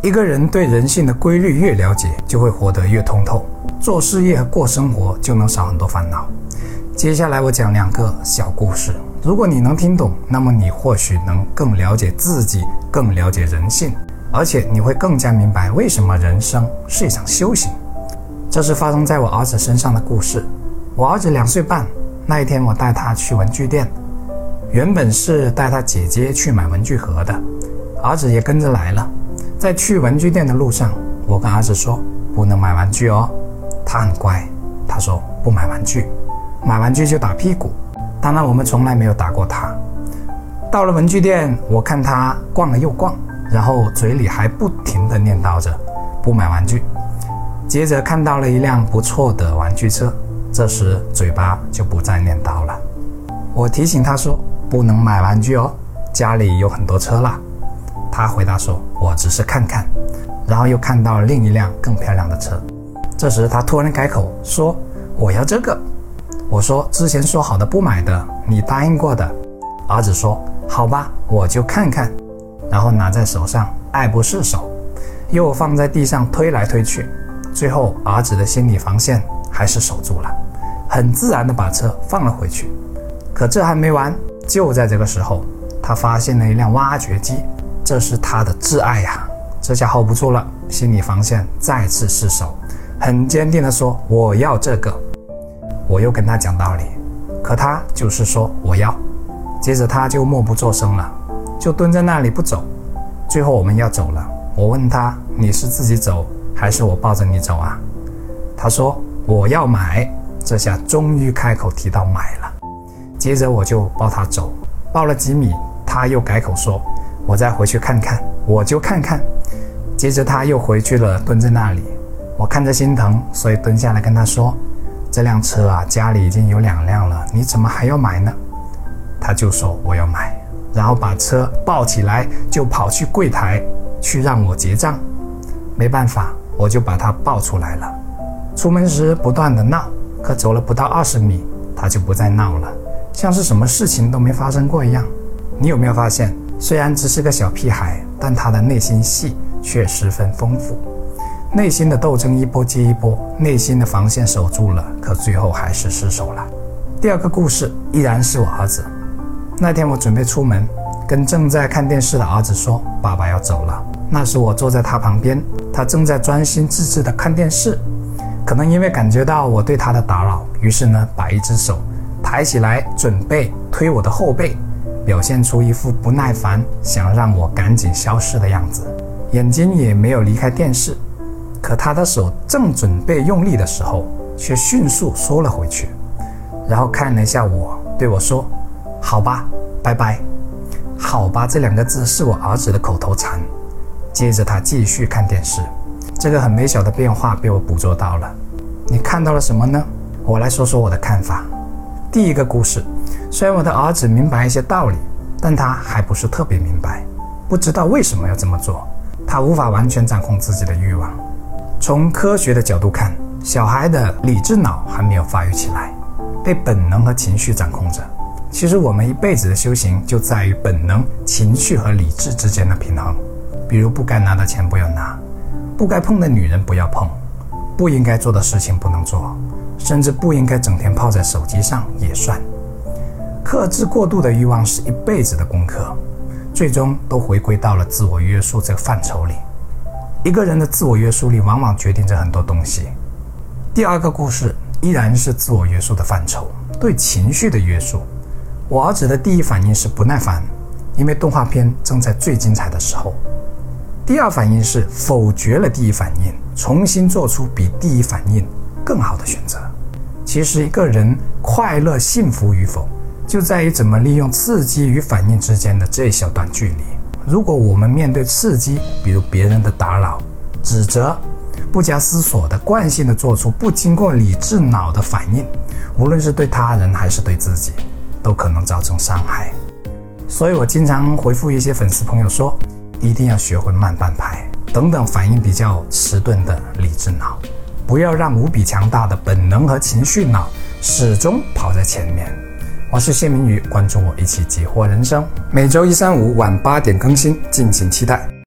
一个人对人性的规律越了解，就会活得越通透，做事业和过生活就能少很多烦恼。接下来我讲2个小故事，如果你能听懂，那么你或许能更了解自己，更了解人性，而且你会更加明白为什么人生是一场修行。这是发生在我儿子身上的故事。我儿子2岁半，那一天我带他去文具店，原本是带他姐姐去买文具盒的，儿子也跟着来了。在去文具店的路上，我跟儿子说不能买玩具哦，他很乖，他说不买玩具，买玩具就打屁股。当然我们从来没有打过他。到了文具店，我看他逛了又逛，然后嘴里还不停地念叨着不买玩具。接着看到了一辆不错的玩具车，这时嘴巴就不再念叨了。我提醒他说不能买玩具哦，家里有很多车啦。他回答说我只是看看，然后又看到了另一辆更漂亮的车。这时他突然改口说我要这个。我说之前说好的不买的，你答应过的。儿子说好吧，我就看看，然后拿在手上爱不释手，又放在地上推来推去。最后儿子的心理防线还是守住了，很自然地把车放了回去。可这还没完，就在这个时候，他发现了一辆挖掘机，这是他的挚爱呀。这下 hold 不住了，心理防线再次失守，很坚定地说我要这个。我又跟他讲道理，可他就是说我要。接着他就默不作声了，就蹲在那里不走。最后我们要走了，我问他你是自己走还是我抱着你走啊？他说我要买。这下终于开口提到买了。接着我就抱他走，抱了几米，他又改口说我再回去看看，我就看看。接着他又回去了，蹲在那里。我看着心疼，所以蹲下来跟他说这辆车啊，家里已经有2辆了，你怎么还要买呢？他就说我要买，然后把车抱起来就跑去柜台去让我结账。没办法，我就把他抱出来了。出门时不断的闹，可走了不到20米，他就不再闹了，像是什么事情都没发生过一样。你有没有发现，虽然只是个小屁孩，但他的内心戏却十分丰富。内心的斗争一波接一波，内心的防线守住了，可最后还是失手了。第2个故事依然是我儿子。那天我准备出门，跟正在看电视的儿子说爸爸要走了。那时我坐在他旁边，他正在专心致志地看电视，可能因为感觉到我对他的打扰，于是呢把一只手抬起来准备推我的后背，表现出一副不耐烦想让我赶紧消失的样子，眼睛也没有离开电视。可他的手正准备用力的时候，却迅速缩了回去，然后看了一下我，对我说好吧，拜拜。好吧这2个字是我儿子的口头禅。接着他继续看电视，这个很微小的变化被我捕捉到了。你看到了什么呢？我来说说我的看法。第1个故事，虽然我的儿子明白一些道理，但他还不是特别明白，不知道为什么要这么做，他无法完全掌控自己的欲望。从科学的角度看，小孩的理智脑还没有发育起来，被本能和情绪掌控着。其实我们一辈子的修行就在于本能、情绪和理智之间的平衡。比如不该拿的钱不要拿，不该碰的女人不要碰，不应该做的事情不能做，甚至不应该整天泡在手机上也算。克制过度的欲望是一辈子的功课，最终都回归到了自我约束这个范畴里。一个人的自我约束力往往决定着很多东西。第2个故事依然是自我约束的范畴，对情绪的约束。我儿子的第一反应是不耐烦，因为动画片正在最精彩的时候。第2反应是否决了第一反应，重新做出比第一反应更好的选择。其实一个人快乐幸福与否，就在于怎么利用刺激与反应之间的这一小段距离。如果我们面对刺激，比如别人的打扰、指责，不加思索的惯性的做出不经过理智脑的反应，无论是对他人还是对自己，都可能造成伤害。所以我经常回复一些粉丝朋友说，一定要学会慢半拍，等等反应比较迟钝的理智脑，不要让无比强大的本能和情绪脑始终跑在前面。我是谢明宇，关注我，一起解惑人生。每周1、3、5晚8点更新，敬请期待。